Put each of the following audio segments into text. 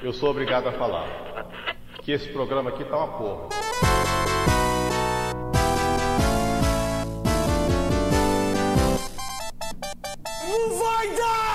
eu sou obrigado a falar que esse programa aqui tá uma porra. Não vai dar!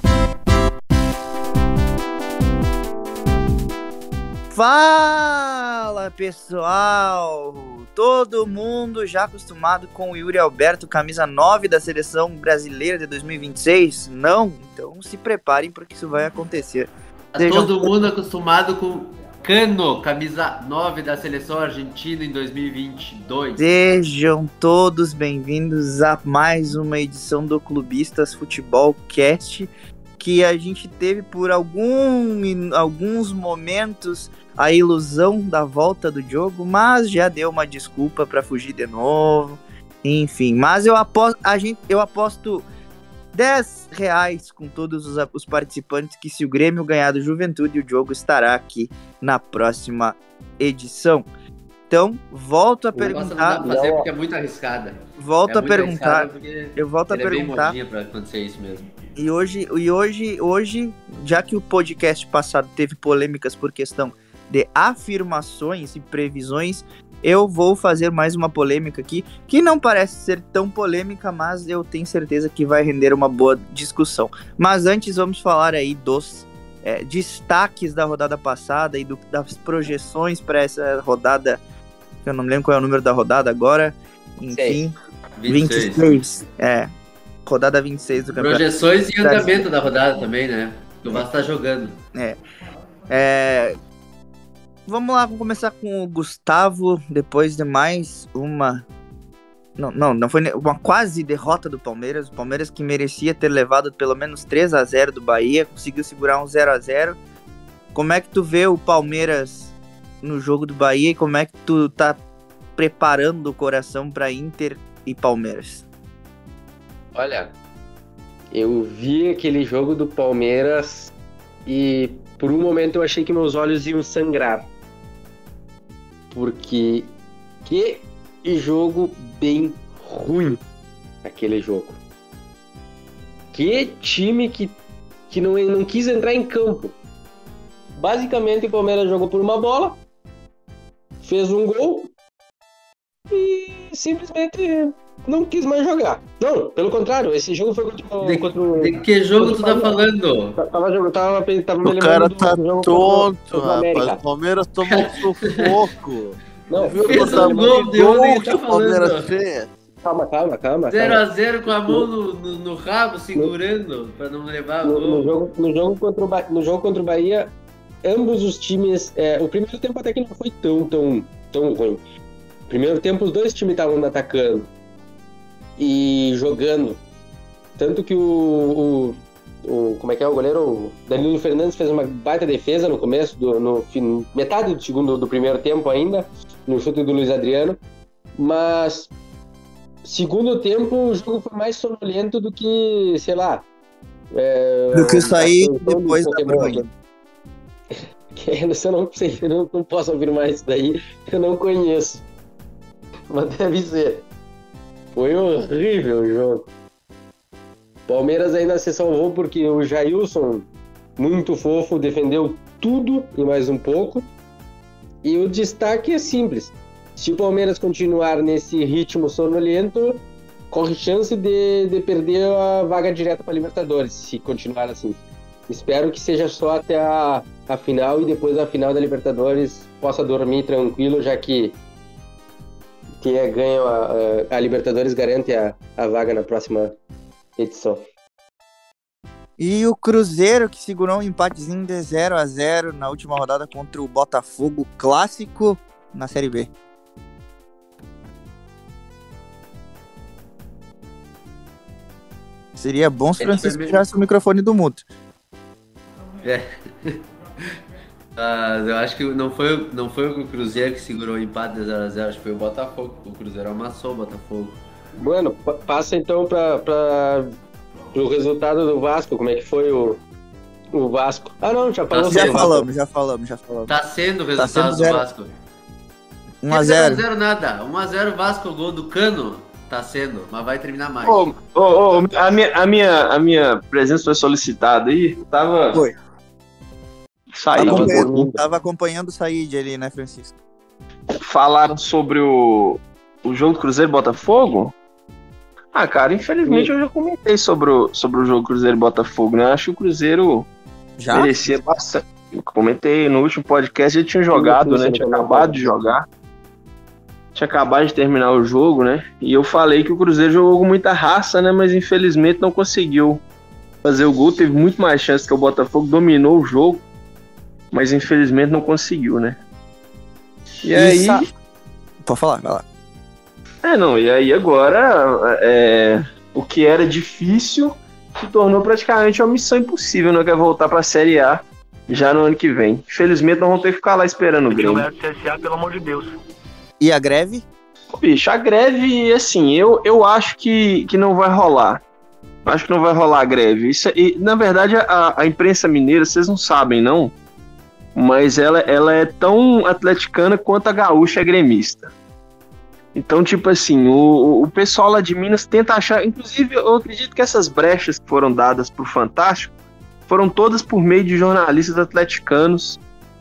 Fala, pessoal! Todo mundo já acostumado com o Yuri Alberto, camisa 9 da Seleção Brasileira de 2026? Não? Então se preparem porque isso vai acontecer. Todo mundo acostumado com Cano, camisa 9 da Seleção Argentina em 2022. Sejam todos bem-vindos a mais uma edição do Clubistas Futebol Cast, que a gente teve por alguns momentos a ilusão da volta do jogo, mas já deu uma desculpa para fugir de novo. Enfim, mas eu aposto R$10 com todos os participantes que se o Grêmio ganhar do Juventude, o jogo estará aqui na próxima edição. Então, volto a perguntar. Não dá pra fazer porque é muito arriscada. Volto a perguntar. Eu volto a perguntar. É bem modinha pra acontecer isso mesmo. E hoje, já que o podcast passado teve polêmicas por questão de afirmações e previsões, eu vou fazer mais uma polêmica aqui, que não parece ser tão polêmica, mas eu tenho certeza que vai render uma boa discussão. Mas antes vamos falar aí dos destaques da rodada passada e das projeções para essa rodada, que eu não me lembro qual é o número da rodada agora, enfim, 26. Rodada 26 do campeonato. Projeções e andamento da rodada também, né? O Vasco tá jogando. Vamos lá, vamos começar com o Gustavo, depois de mais uma... Não foi uma quase derrota do Palmeiras. O Palmeiras, que merecia ter levado pelo menos 3-0 do Bahia, conseguiu segurar um 0-0. Como é que tu vê o Palmeiras no jogo do Bahia e como é que tu tá preparando o coração para Inter e Palmeiras? Olha, eu vi aquele jogo do Palmeiras e por um momento eu achei que meus olhos iam sangrar. Porque que jogo bem ruim aquele jogo. Que time que não quis entrar em campo. Basicamente o Palmeiras jogou por uma bola, fez um gol e simplesmente não quis mais jogar. Não, pelo contrário, esse jogo foi contra o... De que jogo tu tá falando? Tava o cara tá tonto, rapaz. O Palmeiras tomou um sufoco. Não, fez um gol de onde que o Palmeiras fez. Calma. 0-0 com a mão no rabo, segurando, pra não levar gol. No jogo contra o Bahia, ambos os times... o primeiro tempo até que não foi tão ruim. No primeiro tempo, os dois times estavam atacando e jogando. Tanto que como é que é o goleiro? O Danilo Fernandes fez uma baita defesa no começo, metade do primeiro tempo ainda, no chute do Luiz Adriano. Mas segundo tempo o jogo foi mais sonolento do que, sei lá... do que sair depois da Bronha. Eu não sei, eu não posso afirmar isso daí, eu não conheço. Mas deve ser. Foi horrível o jogo. Palmeiras ainda se salvou porque o Jailson, muito fofo, defendeu tudo e mais um pouco. E o destaque é simples. Se o Palmeiras continuar nesse ritmo sonolento, corre chance de perder a vaga direta para a Libertadores, se continuar assim. Espero que seja só até a final e depois a final da Libertadores possa dormir tranquilo, já que quem ganha a Libertadores garante a vaga na próxima edição. E o Cruzeiro, que segurou um empatezinho de 0-0 na última rodada contra o Botafogo, clássico na Série B. Seria bom se o Francisco tirasse o microfone do mudo. Eu acho que não foi o Cruzeiro que segurou o empate de 0-0, acho que foi o Botafogo. O Cruzeiro amassou o Botafogo. Bueno, passa então para o resultado do Vasco. Como é que foi o Vasco? Ah, não, já falamos. Já falamos. Tá sendo o resultado do Vasco. 1-0. 0-0 nada. 1-0 Vasco, gol do Cano. Tá sendo, mas vai terminar mais. A minha presença foi solicitada aí. Foi. Saí. Tava acompanhando o Said ali, né, Francisco? Falaram sobre o jogo do Cruzeiro e Botafogo? Ah, cara, infelizmente eu já comentei sobre o jogo Cruzeiro e Botafogo, né? Acho que o Cruzeiro merecia bastante. Comentei no último podcast, ele tinha jogado, né? Tinha acabado de jogar. Tinha acabado de terminar o jogo, né? E eu falei que o Cruzeiro jogou com muita raça, né? Mas infelizmente não conseguiu fazer o gol. Teve muito mais chance que o Botafogo dominou o jogo, mas infelizmente não conseguiu, né? E aí... Pode falar, vai lá. E aí agora o que era difícil se tornou praticamente uma missão impossível, né? Que é voltar pra Série A já no ano que vem. Infelizmente nós vamos ter que ficar lá esperando o Grêmio. CSA, pelo amor de Deus. E a greve? Bicho, a greve, assim, eu acho que não vai rolar. Acho que não vai rolar a greve. E, na verdade, a imprensa mineira, vocês não sabem, não, mas ela é tão atleticana quanto a gaúcha é gremista. Então, tipo assim, o pessoal lá de Minas tenta achar... Inclusive, eu acredito que essas brechas que foram dadas pro Fantástico foram todas por meio de jornalistas atleticanos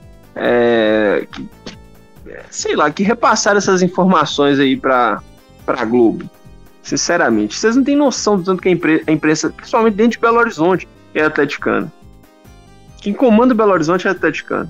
que repassaram essas informações aí pra Globo. Sinceramente. Vocês não têm noção do tanto que a imprensa, principalmente dentro de Belo Horizonte, é atleticana. Quem comanda Belo Horizonte é atleticano.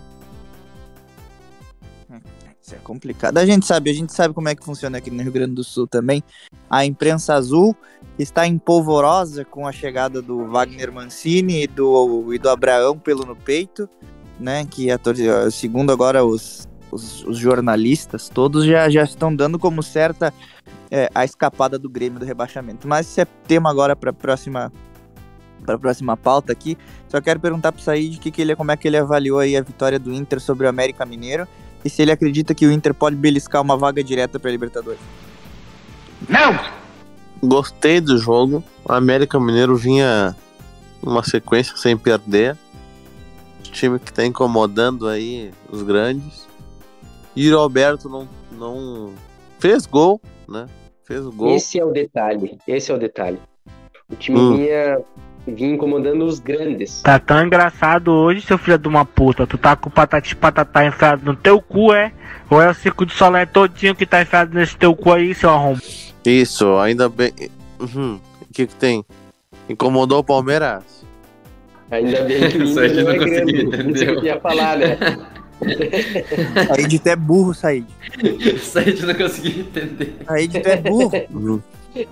Isso é complicado. A gente sabe como é que funciona aqui no Rio Grande do Sul também. A imprensa azul está empolvorosa com a chegada do Wagner Mancini e do Abraão pelo no peito, né? Que segundo agora os jornalistas todos já estão dando como certa a escapada do Grêmio do rebaixamento. Mas isso é tema agora para a próxima pauta aqui. Só quero perguntar pro Said como é que ele avaliou aí a vitória do Inter sobre o América Mineiro e se ele acredita que o Inter pode beliscar uma vaga direta para a Libertadores. Não! Gostei do jogo. O América Mineiro vinha numa sequência sem perder. O time que tá incomodando aí os grandes. E o Roberto não fez gol, né? Fez o gol. Esse é o detalhe. O time vinha incomodando os grandes. Tá tão engraçado hoje, seu filho de uma puta. Tu tá com o patati patatá enfiado no teu cu, é? Ou é o Circo de Solé todinho que tá enfiado nesse teu cu aí, seu arrombo? Isso, ainda bem. O que tem? Incomodou o Palmeiras? Ainda bem que Isso aí não consegui entender. Não ia falar, né? Said tu é burro, Said. Isso aí eu não consegui entender. Said tu é burro.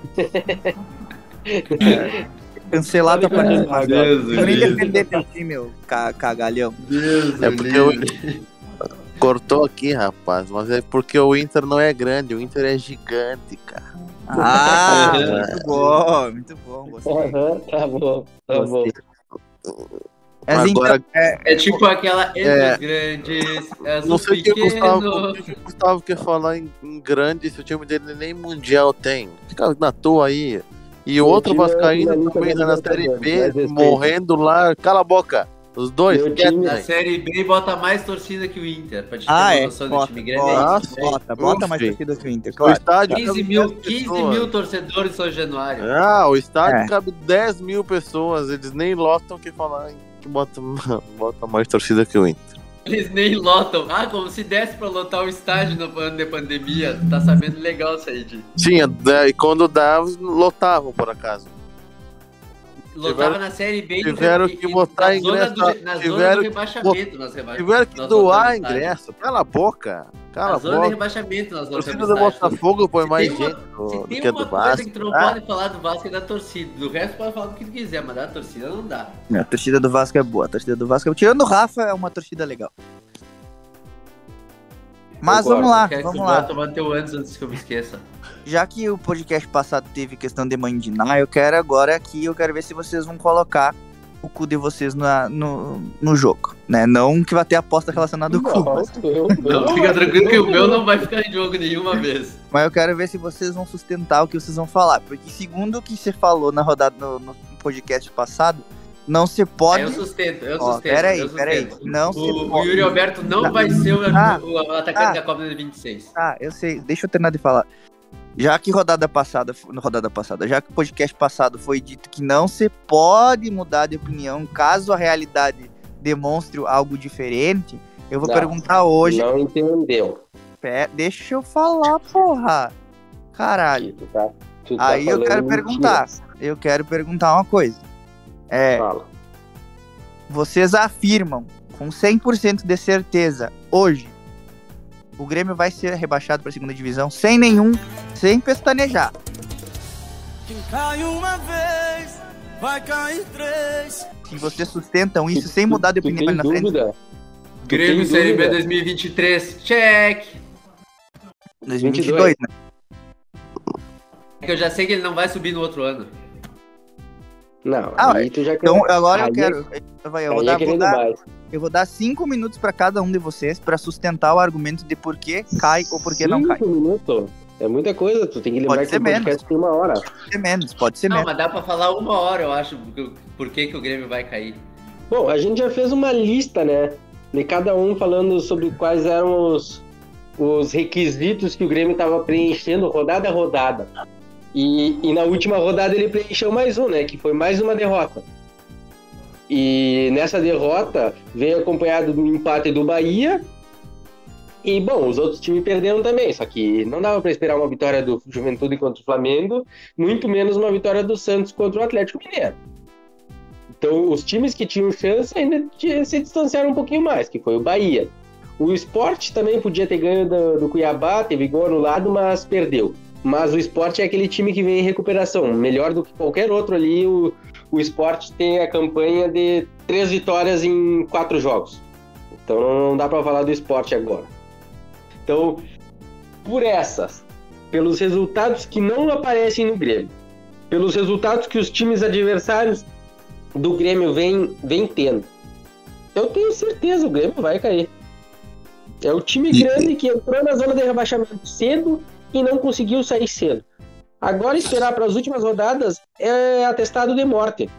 Cancelado a participação. Vou nem defender teu time, meu cagalhão. É porque cortou aqui, rapaz. Mas é porque o Inter não é grande, o Inter é gigante, cara. Muito bom, gostei. Tá bom. Agora, é tipo aquela entre os grandes, não sei o que o Gustavo quer falar em grande, se o time dele nem mundial tem. Fica na toa aí. E o outro vascaíno também tá na Série B, morrendo lá. Cala a boca. Os dois. Na Série B bota mais torcida que o Inter. Pra te ter uma noção do time grande. Bota mais torcida que o Inter, claro. O estádio 15 mil torcedores em São Januário. O estádio cabe 10 mil pessoas. Eles nem lotam que falar que bota mais torcida que o Inter. Eles nem lotam. Como se desse pra lotar o estádio no ano de pandemia. Tá sabendo legal isso aí, Di. Tinha, e quando dava, lotavam por acaso. Lotava na Série B. Tiveram que botar ingresso. Zona do rebaixamento. Tiveram que doar ingresso. Cala a boca. Na zona de rebaixamento nós lotamos. A torcida do Botafogo põe mais gente do que a do Vasco. Que tu não pode falar do Vasco é da torcida. Do resto pode falar do que tu quiser, mas da torcida não dá. A torcida do Vasco é boa. A torcida do Vasco, tirando o Rafa, é uma torcida legal. Mas vamos lá. Tomar teu antes que eu me esqueça. Já que o podcast passado teve questão de mãe de Ná, eu quero ver se vocês vão colocar o cu de vocês no jogo, né? Não que vai ter aposta relacionada ao cu. Não, fica tranquilo que o meu não vai ficar em jogo nenhuma vez. Mas eu quero ver se vocês vão sustentar o que vocês vão falar, porque segundo o que você falou na rodada no podcast passado, não se pode... Eu sustento. Peraí. Não se pode. O Yuri Alberto não vai ser o atacante da Copa de 26. Eu sei. Deixa eu terminar de falar. Já que já que o podcast passado foi dito que não se pode mudar de opinião caso a realidade demonstre algo diferente, eu vou Não, perguntar hoje. Não entendeu. Deixa eu falar, porra. Caralho. Tu tá Aí eu quero falando perguntar. mentiras. Eu quero perguntar uma coisa. Fala. Vocês afirmam com 100% de certeza hoje o Grêmio vai ser rebaixado para a segunda divisão sem pestanejar. Quem cai uma vez, vai cair três. Se vocês sustentam isso sem mudar de opinião ali na frente. Dúvida? Grêmio Série B 2023, check! 2022, né? É que eu já sei que ele não vai subir no outro ano. Não, Ah, aí tu já quer. Então agora eu Aí- quero. Eu vou dar 5 minutos para cada um de vocês para sustentar o argumento de por que cai ou por que não cai. 5 minutos? É muita coisa, tu tem que lembrar Pode que ser o podcast tem 1 hora. Pode ser menos, pode ser Não, menos. mas dá pra falar 1 hora, eu acho, por que o Grêmio vai cair. Bom, a gente já fez uma lista, né? De cada um falando sobre quais eram os requisitos que o Grêmio estava preenchendo rodada a rodada. E na última rodada ele preencheu mais um, né? Que foi mais uma derrota. E nessa derrota veio acompanhado do empate do Bahia. E, bom, os outros times perderam também. Só que não dava para esperar uma vitória do Juventude contra o Flamengo, muito menos uma vitória do Santos contra o Atlético Mineiro. Então, os times que tinham chance ainda se distanciaram um pouquinho mais, que foi o Bahia. O Sport também podia ter ganho do Cuiabá, teve gol anulado, mas perdeu. Mas o Sport é aquele time que vem em recuperação. Melhor do que qualquer outro ali, o Sport tem a campanha de 3 vitórias em 4 jogos. Então não dá para falar do Sport agora. Então, por essas, pelos resultados que não aparecem no Grêmio, pelos resultados que os times adversários do Grêmio vem tendo, eu tenho certeza o Grêmio vai cair. É o time grande que entrou na zona de rebaixamento cedo e não conseguiu sair cedo. Agora esperar para as últimas rodadas é atestado de morte.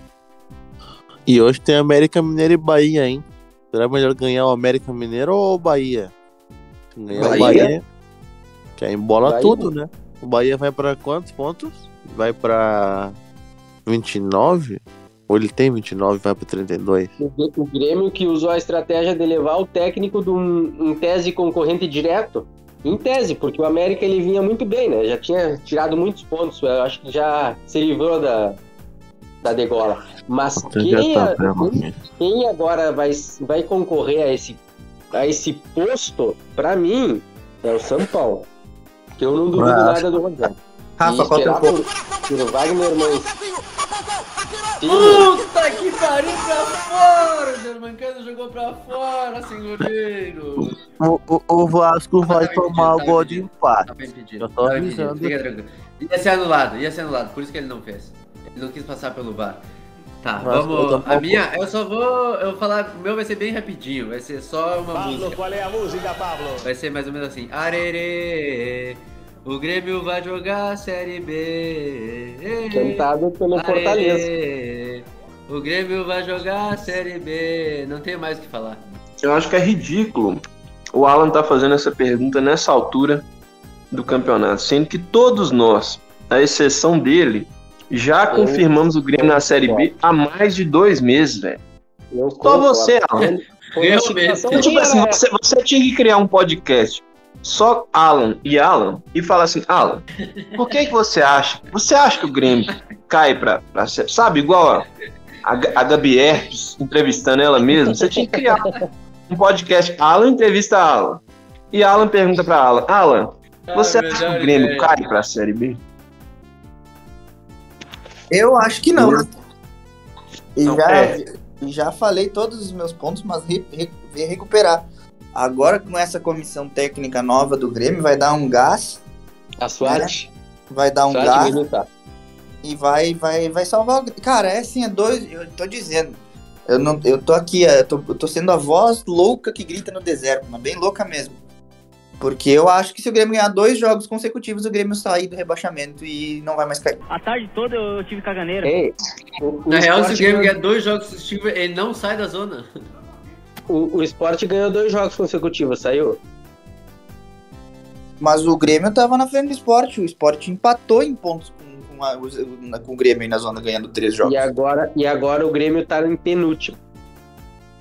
E hoje tem América Mineiro e Bahia, hein? Será melhor ganhar o América Mineiro ou o Bahia? Se ganhar o Bahia, que aí embola Bahia. tudo, né? O Bahia vai pra quantos pontos? Vai pra 29? Ou ele tem 29 e vai pra 32? O Grêmio que usou a estratégia de levar o técnico de em tese concorrente direto, em tese, porque o América ele vinha muito bem, né? Já tinha tirado muitos pontos, eu acho que já se livrou da degola. Mas quem agora vai concorrer a esse posto, pra mim, é o São Paulo. Que eu não duvido nada do Rogério. Rafa, qual é o ponto? Por Wagner Mães. Puta que pariu pra fora! O Germancano jogou pra fora, senhoreiro! O Vasco vai tomar o gol de empate. Tá bem pedido. Eu tô Tá bem pedido, avisando. fica tranquilo. Ia ser anulado, por isso que ele não fez. Ele não quis passar pelo VAR. Tá, Vasco vai vamos. tomar A o minha, eu vou falar, o meu vai ser bem rapidinho, vai ser só uma música. Qual é a música, Pablo? Vai ser mais ou menos assim. Arerê, o Grêmio vai jogar a Série B. Cantado pelo Fortaleza. Arerê, o Grêmio vai jogar a Série B. Não tenho mais o que falar. Eu acho que é ridículo o Alan tá fazendo essa pergunta nessa altura do campeonato, sendo que todos nós, à exceção dele, já confirmamos o Grêmio na Série B há mais de 2 meses, velho. Só você, Alan. Realmente. Tipo assim, você tinha que criar um podcast só Alan e falar assim, Alan, por que você acha? Você acha que o Grêmio cai pra sabe, igual a Gabi Herpes entrevistando ela mesma? Você tinha que criar um podcast, Alan entrevista a Alan. E Alan pergunta pra Alan, você acha que o Grêmio cai pra Série B? Eu acho que não. E Não, já falei todos os meus pontos, mas recuperar. Agora, com essa comissão técnica nova do Grêmio, vai dar um gás. A Suárez. Vai dar um Suárez gás vai lutar. e vai salvar. Cara, é assim, eu tô dizendo. Eu tô aqui, eu tô sendo a voz louca que grita no deserto, mas bem louca mesmo. Porque eu acho que se o Grêmio ganhar 2 jogos consecutivos, o Grêmio sair do rebaixamento e não vai mais cair. A tarde toda eu tive caganeira. Ei, Na real, se o Grêmio ganhou, ganhar 2 jogos sucessivos, ele não sai da zona. o Sport ganhou 2 jogos consecutivos, saiu? Mas o Grêmio tava na frente do Sport. O Sport empatou em pontos com o Grêmio aí na zona, ganhando 3 jogos. E agora o Grêmio tá em penúltimo.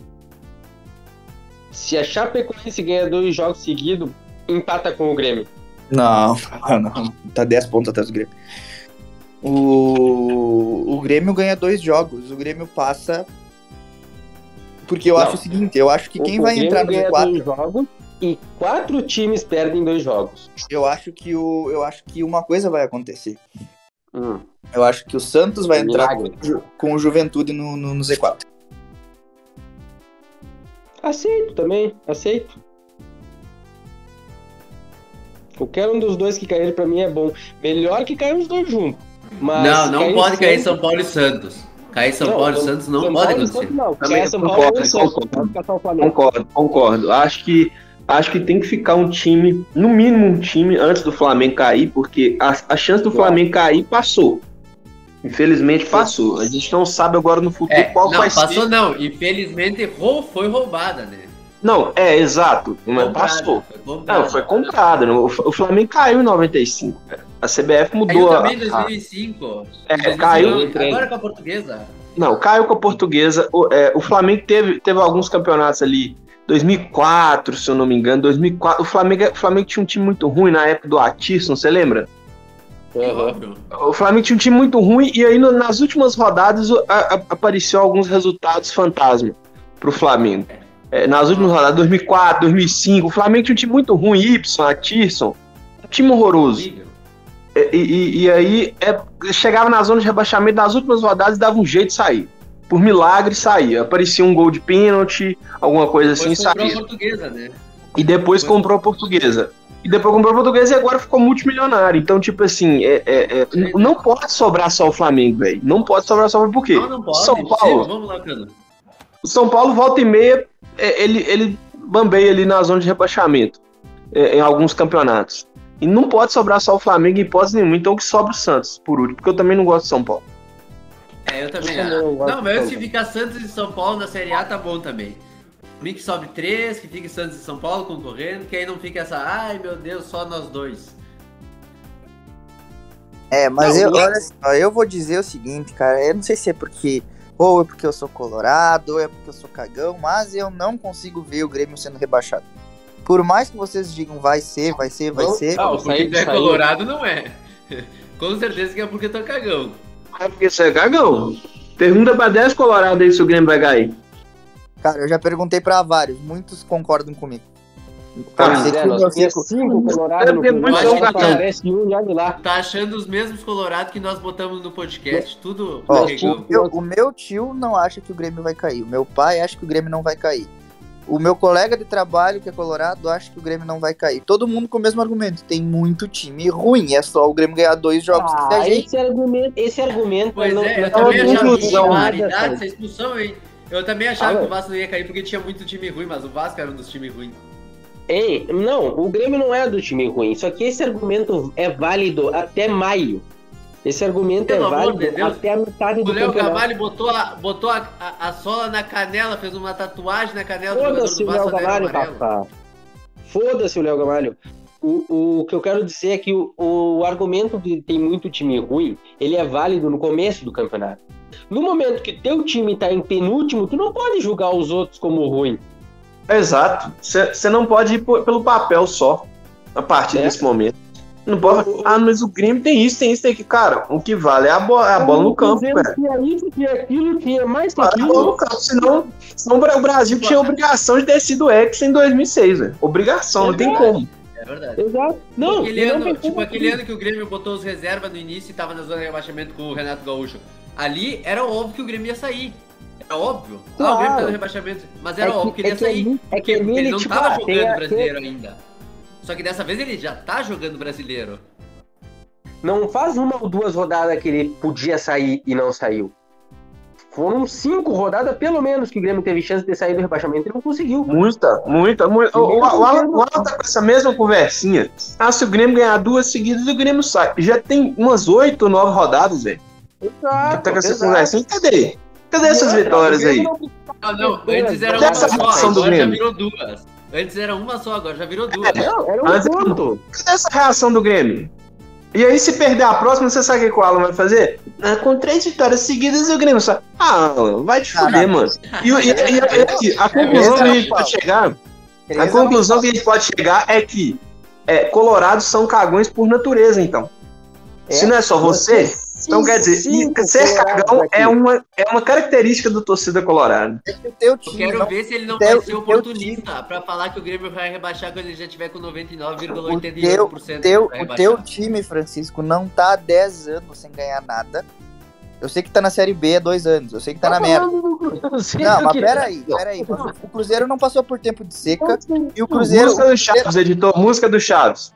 Se a Chapecoense ganha 2 jogos seguidos, empata com o Grêmio. Não. Tá 10 pontos atrás do Grêmio. O Grêmio ganha 2 jogos. O Grêmio passa. Porque eu acho o seguinte, eu acho que quem vai entrar no Z4 2 jogos e 4 times perdem 2 jogos. Eu acho que uma coisa vai acontecer. Eu acho que o Santos vai entrar com o Juventude no Z4. Aceito também, aceito. Qualquer um dos dois que cair pra mim é bom. Melhor que cair os dois juntos. Mas não pode cair São Paulo e Santos. Cair São Paulo e Santos não pode acontecer. Também concordo. Acho que tem que ficar um time, no mínimo um time, antes do Flamengo cair, porque a chance do Flamengo cair passou. Infelizmente passou. A gente não sabe agora no futuro qual vai ser. Não, passou não. Infelizmente foi roubada, né? Não, exato. Mas passou. Foi comprada. O Flamengo caiu em 95. A CBF mudou. Caiu também em 2005. Caiu. Agora com a Portuguesa. Não, caiu com a Portuguesa. O Flamengo teve alguns campeonatos ali. 2004, se eu não me engano. 2004. O Flamengo tinha um time muito ruim na época do Atisson, você lembra? O Flamengo tinha um time muito ruim e aí nas últimas rodadas apareceu alguns resultados fantasma pro Flamengo. Nas últimas rodadas, 2004, 2005, o Flamengo tinha um time muito ruim, Atisson, um time horroroso. E aí chegava na zona de rebaixamento nas últimas rodadas e dava um jeito de sair. Por milagre saía. Aparecia um gol de pênalti, alguma coisa assim, saía. Comprou a Portuguesa, né? E depois comprou a Portuguesa. E agora ficou multimilionário. Então, tipo assim, não pode sobrar só o Flamengo, velho. Não pode sobrar só por quê? Não pode. São Paulo. Vamos lá, Cano. O São Paulo, volta e meia, ele bambeia ali na zona de rebaixamento. Em alguns campeonatos. E não pode sobrar só o Flamengo em hipótese nenhuma. Então que sobra o Santos, por último. Porque eu também não gosto de São Paulo. Eu também não. Mas se ficar Santos e São Paulo na Série A, tá bom também. Por mim que sobe 3, que fique Santos e São Paulo concorrendo, que aí não fica essa, ai meu Deus, só nós dois. Mas olha só, eu vou dizer o seguinte, cara, eu não sei se é porque, ou é porque eu sou colorado, ou é porque eu sou cagão, mas eu não consigo ver o Grêmio sendo rebaixado. Por mais que vocês digam vai ser. Porque tu é colorado, não é. Com certeza que é porque tu é cagão. É porque você é cagão. Pergunta pra 10 colorados aí se o Grêmio vai cair. Cara, eu já perguntei pra vários, muitos concordam comigo. Tá achando os mesmos colorados que nós botamos no podcast, tudo. O meu tio não acha que o Grêmio vai cair, o meu pai acha que o Grêmio não vai cair. O meu colega de trabalho, que é colorado, acha que o Grêmio não vai cair. Todo mundo com o mesmo argumento. Tem muito time ruim. É só o Grêmio ganhar 2 jogos. Esse argumento... Pois eu também achava que tinha essa expulsão, hein? Eu também achava que o Vasco não ia cair porque tinha muito time ruim, mas o Vasco era um dos times ruins. Não, o Grêmio não é do time ruim. Só que esse argumento é válido até maio. Esse argumento é válido até a metade do campeonato. O Léo Gamalho botou a sola na canela, fez uma tatuagem na canela do jogador do Vasco. Foda-se o Léo Gamalho. O que eu quero dizer é que o argumento de tem muito time ruim, ele é válido no começo do campeonato. No momento que teu time tá em penúltimo, tu não pode julgar os outros como ruim. Exato. Você não pode ir pelo papel só, a partir desse momento. Não pode. Mas o Grêmio tem isso, tem aqui. Cara, o que vale é a bola no campo, velho. Tinha isso, tinha aquilo, tinha mais que aquilo. A bola no campo, senão o Brasil tinha obrigação de ter sido ex em 2006, velho. Obrigação, não tem como. É verdade. Exato. Aquele ano que o Grêmio botou os reservas no início e tava na zona de rebaixamento com o Renato Gaúcho. Ali era óbvio que o Grêmio ia sair. Era óbvio. Claro. O Grêmio tá no rebaixamento. Mas era óbvio que ele ia sair. Porque ele não tava jogando brasileiro ainda. Só que dessa vez ele já tá jogando brasileiro. Não faz 1 ou 2 rodadas que ele podia sair e não saiu. Foram 5 rodadas, pelo menos, que o Grêmio teve chance de sair do rebaixamento e não conseguiu. Muita. O Alan tá com essa mesma conversinha. Se o Grêmio ganhar 2 seguidas, o Grêmio sai. Já tem umas 8 ou 9 rodadas, velho. Exato. Tá com essa conversinha. Cadê essas vitórias aí? Não. Antes era uma só, agora já virou 2. Antes era uma só, agora já virou 2. Era um ponto. Cadê essa reação do Grêmio? E aí, se perder a próxima, você sabe o que o Alan vai fazer? Com 3 vitórias seguidas, o Grêmio sai. Vai te fuder, mano. E a conclusão que a gente pode chegar... A conclusão que a gente pode chegar é que colorados são cagões por natureza, então. Se não é só você, então quer dizer, ser cagão é uma característica do torcida colorado. Eu quero ver se ele não vai ser oportunista pra falar que o Grêmio vai rebaixar quando ele já tiver com 99,88%. O teu time, Francisco, não tá há 10 anos sem ganhar nada. Eu sei que tá na Série B há 2 anos, eu sei que tá na merda. Não, mas peraí. O Cruzeiro não passou por tempo de seca e o Cruzeiro... Música do Chaves, editor, música do Chaves.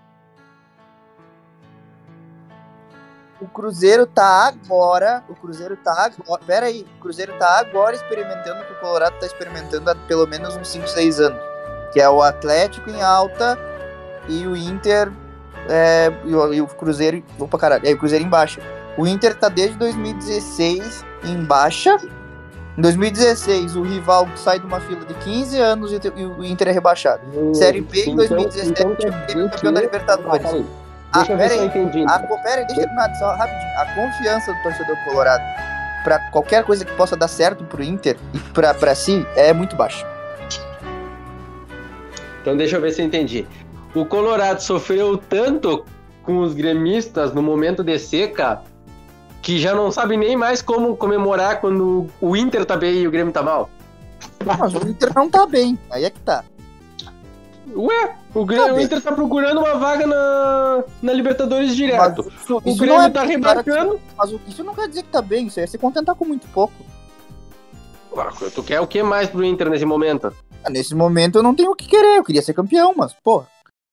O Cruzeiro tá agora... Peraí, o Cruzeiro tá agora experimentando o que o Colorado tá experimentando há pelo menos uns 5, 6 anos. Que é o Atlético em alta e o Inter... E o Cruzeiro... Opa, caralho. O Cruzeiro em baixa. O Inter tá desde 2016 em baixa. Em 2016, o rival sai de uma fila de 15 anos e o Inter é rebaixado. Série B em 2017, ele é campeão da Libertadores. Deixa eu ver se eu entendi. Só rapidinho. A confiança do torcedor colorado pra qualquer coisa que possa dar certo pro Inter e pra si é muito baixa. Então deixa eu ver se eu entendi. O Colorado sofreu tanto com os gremistas no momento de seca que já não sabe nem mais como comemorar quando o Inter tá bem e o Grêmio tá mal. Mas o Inter não tá bem, aí é que tá. Ué, o Inter tá procurando uma vaga na Libertadores direto. O Grêmio não tá rebaixando. Mas isso não quer dizer que tá bem, isso é se contentar com muito pouco. Tu quer o que mais pro Inter nesse momento? Nesse momento eu não tenho o que querer, eu queria ser campeão, mas porra.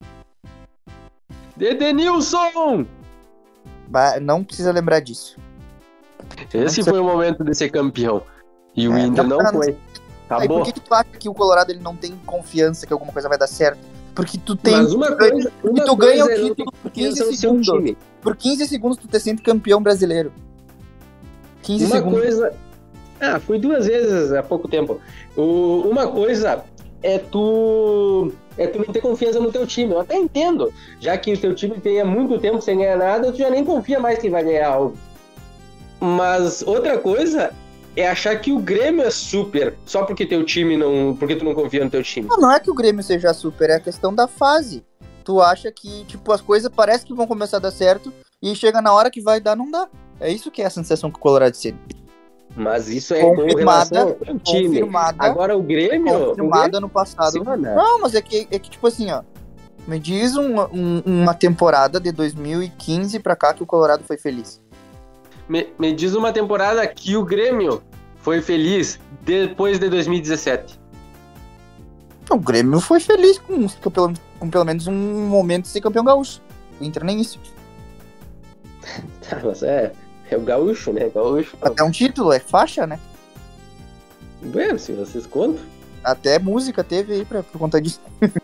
Edenilson! Não precisa lembrar disso. Esse foi o momento de ser campeão. E o Inter não foi. Acabou. Por que tu acha que o Colorado ele não tem confiança que alguma coisa vai dar certo? Porque tu tem. Mas tu ganha o título por 15 segundos. Por 15 segundos tu te sente campeão brasileiro. 15 segundos. Fui 2 vezes há pouco tempo. Uma coisa é tu não ter confiança no teu time. Eu até entendo. Já que o teu time tem há muito tempo sem ganhar nada, tu já nem confia mais que vai ganhar algo. Mas outra coisa é achar que o Grêmio é super só porque teu time porque tu não confia no teu time. Não é que o Grêmio seja super, é a questão da fase. Tu acha que, as coisas parece que vão começar a dar certo e chega na hora que vai dar, não dá. É isso que é a sensação que o Colorado sente. Mas isso é confirmada, com o time. Agora o Grêmio... Confirmada no passado. Não, mas é que tipo assim, ó. Me diz uma temporada de 2015 pra cá que o Colorado foi feliz. Me diz uma temporada que o Grêmio foi feliz depois de 2017. O Grêmio foi feliz com pelo menos um momento de ser campeão gaúcho. O Inter nem isso. Tá, mas é o gaúcho, né? Gaúcho. Até um título, é faixa, né? Bueno, se vocês contam. Até música teve aí por conta disso.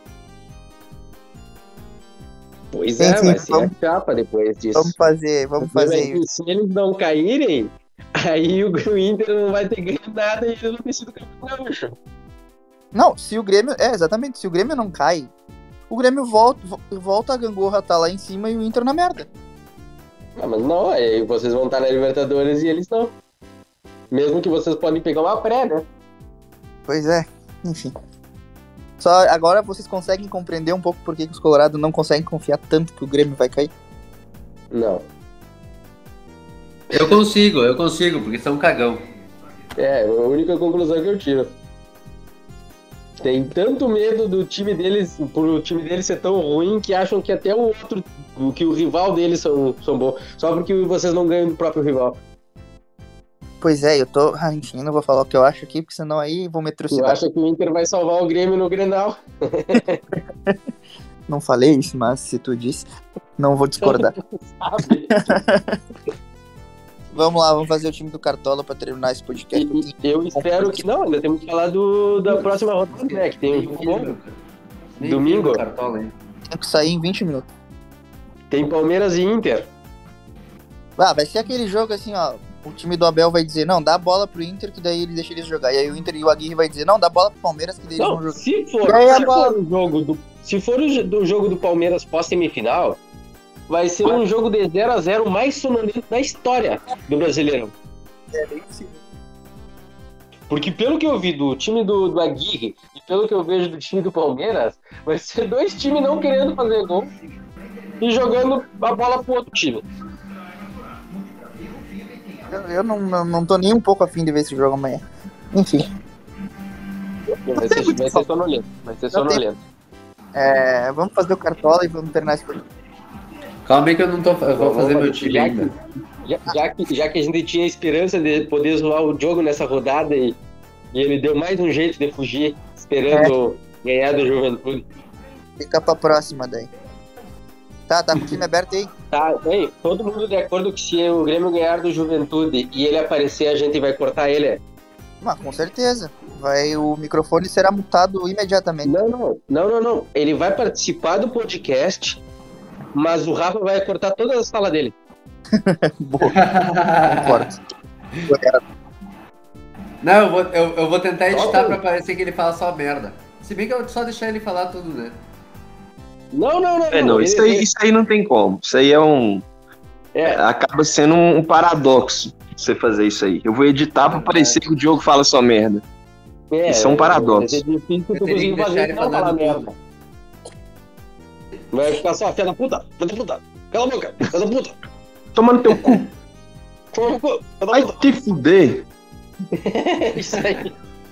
Pois é, vai ser a capa depois disso. Vamos fazer isso. Se eles não caírem, aí o Inter não vai ter ganho nada e ele não tem sido campeão gaúcho. Não, se o Grêmio... exatamente, se o Grêmio não cai, o Grêmio volta a gangorra tá lá em cima e o Inter na merda. Mas não, aí vocês vão estar na Libertadores e eles não. Mesmo que vocês podem pegar uma pré, né? Pois é, enfim. Só agora vocês conseguem compreender um pouco por que os Colorados não conseguem confiar tanto que o Grêmio vai cair? Não. Eu consigo, porque são cagão. É, a única conclusão que eu tiro. Tem tanto medo do time deles, por o time deles ser tão ruim, que acham que até que o rival deles são bons. Só porque vocês não ganham do próprio rival. Pois é, enfim, não vou falar o que eu acho aqui, porque senão aí vou me trucidar. Tu acha que o Inter vai salvar o Grêmio no Grenal? Não falei isso, mas se tu disse, não vou discordar. Vamos lá, vamos fazer o time do Cartola pra terminar esse podcast. Eu espero que... Não, ainda temos que falar da próxima rodada, né? Que tem um jogo. Domingo. Tem que sair em 20 minutos. Tem Palmeiras e Inter. Vai ser aquele jogo assim, ó. O time do Abel vai dizer, não, dá a bola pro Inter, que daí ele deixa eles jogar. E aí o Inter e o Aguirre vai dizer, não, dá a bola pro Palmeiras, que daí eles vão jogar. Se for o jogo do Palmeiras pós-semifinal, vai ser um jogo de 0-0 mais sonolento da história do Brasileirão. É bem possível. Porque pelo que eu vi do time do Aguirre e pelo que eu vejo do time do Palmeiras, vai ser 2 times não querendo fazer gol e jogando a bola pro outro time. Eu não tô nem um pouco afim de ver esse jogo amanhã. Enfim. Vai ser sonolento. Vai ser sonolento. Vamos fazer o Cartola e vamos terminar esse programa. Calma aí que eu vou fazer meu time ainda. Já que a gente tinha esperança de poder zoar o jogo nessa rodada e ele deu mais um jeito de fugir, esperando ganhar do Juventude. Fica pra próxima daí. Tá com o time aberto aí? Tá, bem, todo mundo de acordo que se o Grêmio ganhar do Juventude e ele aparecer, a gente vai cortar ele? Mas com certeza. O microfone será mutado imediatamente. Não. Ele vai participar do podcast, mas o Rafa vai cortar todas as falas dele. Boa. Concordo. Não, eu vou tentar editar pra parecer que ele fala só merda. Se bem que eu só deixar ele falar tudo, né? Não. Isso aí não tem como. Isso aí acaba sendo um paradoxo você fazer isso aí. Eu vou editar pra parecer que o Diogo fala só merda. Isso é um paradoxo. É difícil tu conseguir fazer ele não falar merda. Vai ficar só, filha da puta. Cala a boca, filha da puta. Toma no teu cu. Vai te fuder. Isso aí.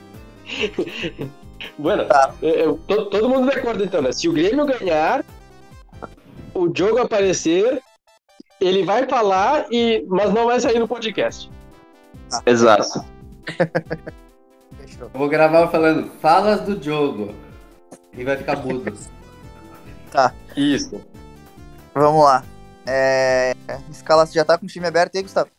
Bueno, todo mundo de acordo então, né? Se o Grêmio ganhar, o Diogo aparecer, ele vai falar, mas não vai sair no podcast. Exato. Fechou. Eu vou gravar falando falas do jogo. E vai ficar mudo. Tá. Isso. Vamos lá. Escala, você já tá com o time aberto aí, Gustavo?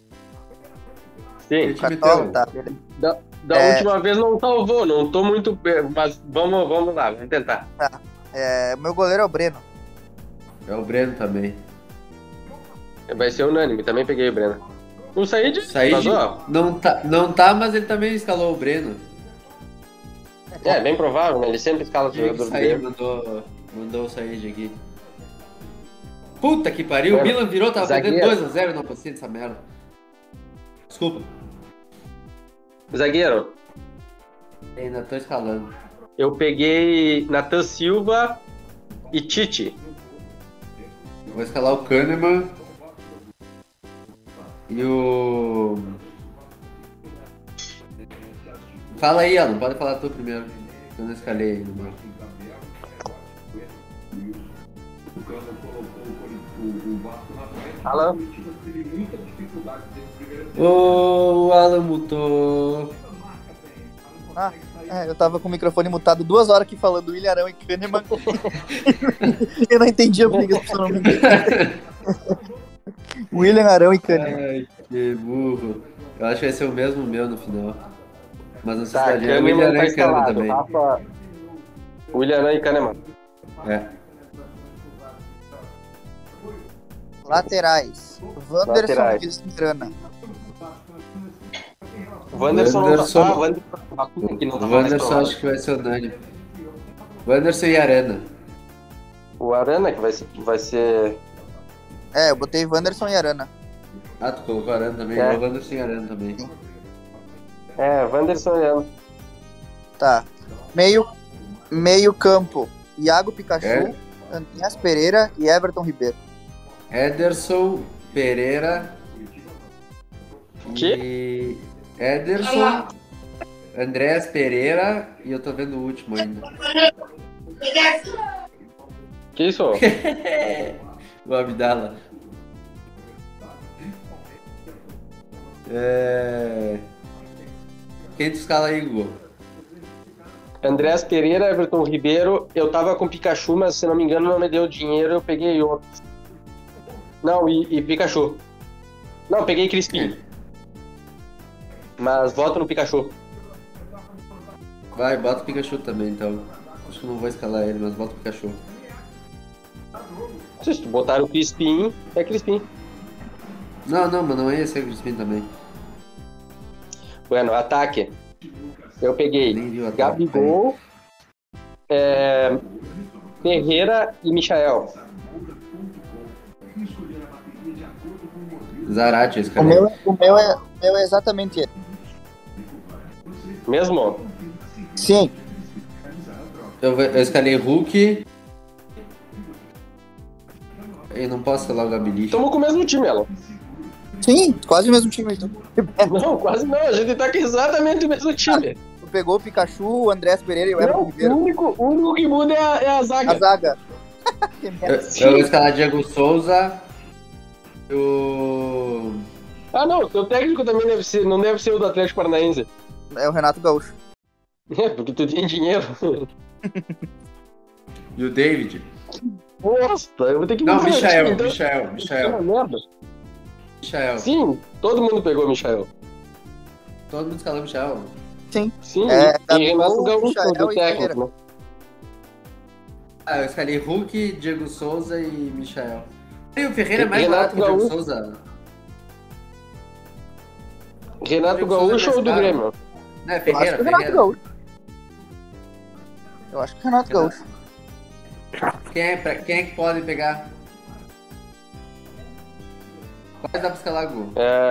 Sim. Cartola? Tá, beleza. Da última vez não salvou, não tô muito... Mas vamos lá, vamos tentar. Tá. Meu goleiro é o Breno. É o Breno também. Vai ser unânime, também peguei o Breno. O Said não tá, mas ele também escalou o Breno. É bem provável, né? Ele sempre escala o jogador do Grêmio. Mandou o Said aqui. Puta que pariu, o Milan virou, tava perdendo 2-0 na paciência dessa merda. Desculpa. Zagueiro. Ainda tô escalando. Eu peguei Nathan Silva e Tite. Vou escalar o Kahneman e o... Fala aí, Alan, pode falar tu primeiro. Eu não escalei ainda, meu. Alan? O Alan mutou. Eu tava com o microfone mutado 2 horas aqui falando William Arão e Kahneman. Eu não entendia porque as pessoas não me entendiam. William Arão e Kahneman. Ai, que burro. Eu acho que vai ser o mesmo meu no final. Mas não sei Tá, se é o William Arão e Kahneman também. Rafa... William Arão e Kahneman. Laterais. Wanderson e Grana. Wanderson não tá. O Wanderson acho que vai ser unânime. Wanderson e Arana. O Arana que vai ser... Eu botei Wanderson e Arana. Ah, tu colocou Arana também? O Wanderson e Arana também. Sim. Wanderson e Arana. Tá. Meio campo. Iago Pikachu, Andreas Pereira e Everton Ribeiro. Ederson, Pereira e... Ederson, Andreas Pereira e eu tô vendo o último ainda. Que isso? O Abdala. Quem tu escala aí, Hugo? Andreas Pereira, Everton Ribeiro. Eu tava com Pikachu, mas se não me engano não me deu dinheiro, eu peguei outro. Não, e Pikachu. Não, peguei Crispim. Mas voto no Pikachu. Vai, bota o Pikachu também, então. Acho que não vou escalar ele, mas bota o Pikachu. Se tu botar o Crispim, é Crispim. Não, mas não ia ser o Crispim também. Bueno, ataque. Eu peguei Gabigol, Ferreira e Michael. Zarate, esse cara. O meu é exatamente ele. Mesmo? Sim. Eu escalei Hulk. E não posso escalar o Gabi. Estamos com o mesmo time, Elon. Sim, quase o mesmo time, então. Não, quase não. A gente tá com exatamente o mesmo time. Tu pegou o Pikachu, o Andrés Pereira e o Everton Ribeiro. O único que muda é a zaga. A zaga. Eu vou escalar Diego Souza. Ah, não. O teu técnico também não deve ser o do Atlético Paranaense. É o Renato Gaúcho. É, porque tu tem dinheiro. E o David. Nossa, eu vou ter que... Não, mudar, Michael. então. Michael. É uma merda. Michael. Sim, todo mundo pegou o Michael. Todo mundo escalou Michael. Sim. Sim, Tá e Renato bom, Gaúcho Michael do e técnico, Ferreira. né? Ah, eu escalei Hulk, Diego Souza e Michael. E o Ferreira é mais Renato barato que o Diego Gaúcho. Souza. Renato Diego Souza Gaúcho é ou do mais caro. Grêmio? Não, é Eu acho Ferreira, que o Renato Ferreira. Gaúcho. Eu acho que o Renato Gaúcho. Quem é que pode pegar? Quais dá pra escalar, Gu?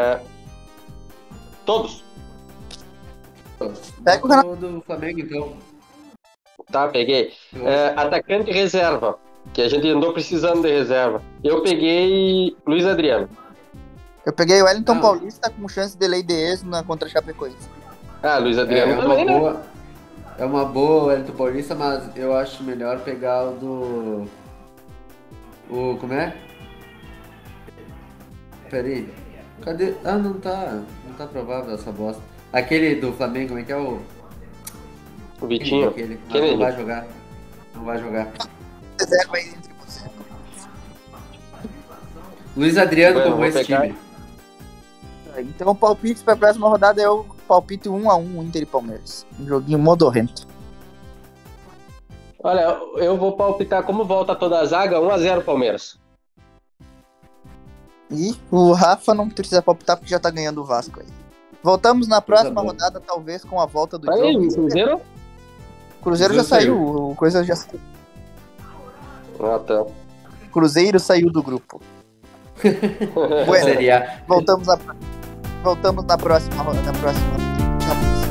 Todos. Pega o Renato. Do Flamengo, então. Tá, peguei. Atacante reserva, que a gente andou precisando de reserva. Eu peguei Luiz Adriano. Eu peguei o Wellington Não. Paulista com chance de lei de ex contra a Chapecoense. Ah, Luiz Adriano também, né? É uma boa o Wellington Paulista, mas eu acho melhor pegar o do... como é? Peraí. Cadê? Ah, não tá provável essa bosta. Aquele do Flamengo, como é que é o... O Vitinho. Aquele. Kennedy. Não vai jogar. Não vai jogar. Reserva aí entre você. Luiz Adriano Bueno, como vou esse pegar. time. Então o palpite para a próxima rodada é o palpite 1-1 Inter e Palmeiras. Um joguinho modorrento. Olha, eu vou palpitar como volta toda a zaga, 1-0 Palmeiras. E o Rafa não precisa palpitar porque já tá ganhando o Vasco aí. Voltamos na próxima boa. rodada, talvez com a volta do Aí, jogo. o Cruzeiro? O Cruzeiro já Cruzeiro saiu, o coisa já saiu. Ah, tá. O Cruzeiro saiu do grupo. Bueno, Seria. voltamos na próxima rodada. Tchau.